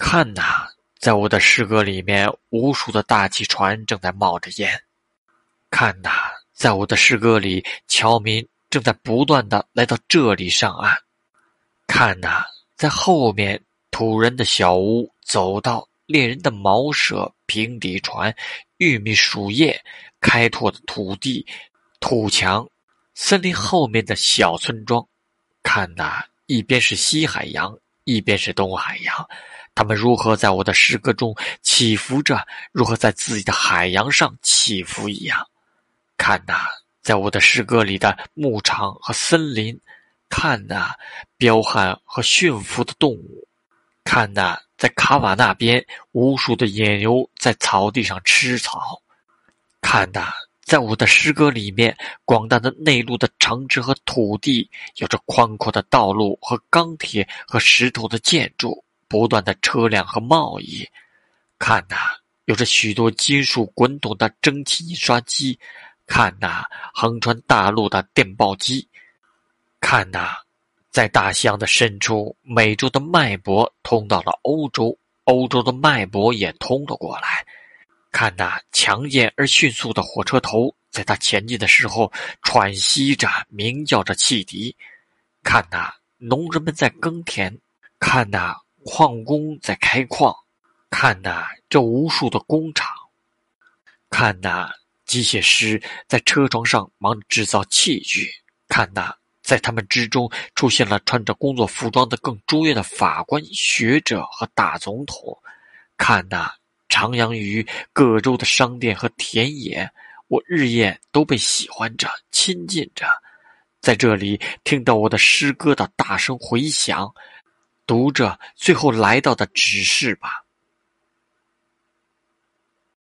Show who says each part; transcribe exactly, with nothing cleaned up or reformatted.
Speaker 1: 看哪，在我的诗歌里面，无数的大汽船正在冒着烟。看哪，在我的诗歌里，侨民正在不断地来到这里上岸。看哪，在后面，土人的小屋走到猎人的茅舍、平底船、玉米树叶、开拓的土地、土墙、森林后面的小村庄。看哪，一边是西海洋，一边是东海洋，他们如何在我的诗歌中起伏着，如何在自己的海洋上起伏一样。看哪，在我的诗歌里的牧场和森林，看哪，彪悍和驯服的动物，看哪，在卡瓦那边，无数的野牛在草地上吃草。看哪，在我的诗歌里面，广大的内陆的城市和土地，有着宽阔的道路和钢铁和石头的建筑，不断的车辆和贸易。看哪，有着许多金属滚筒的蒸汽印刷机。看哪，横穿大陆的电报机。看哪，在大西洋的深处，美洲的脉搏通到了欧洲，欧洲的脉搏也通了过来。看那强健而迅速的火车头，在它前进的时候喘息着，鸣叫着汽笛。看那农人们在耕田，看那矿工在开矿，看那这无数的工厂，看那机械师在车床上忙着制造器具，看那在他们之中出现了穿着工作服装的更卓越的法官、学者和大总统。看那徜徉于各州的商店和田野，我日夜都被喜欢着，亲近着。在这里听到我的诗歌的大声回响，读着最后来到的指示吧。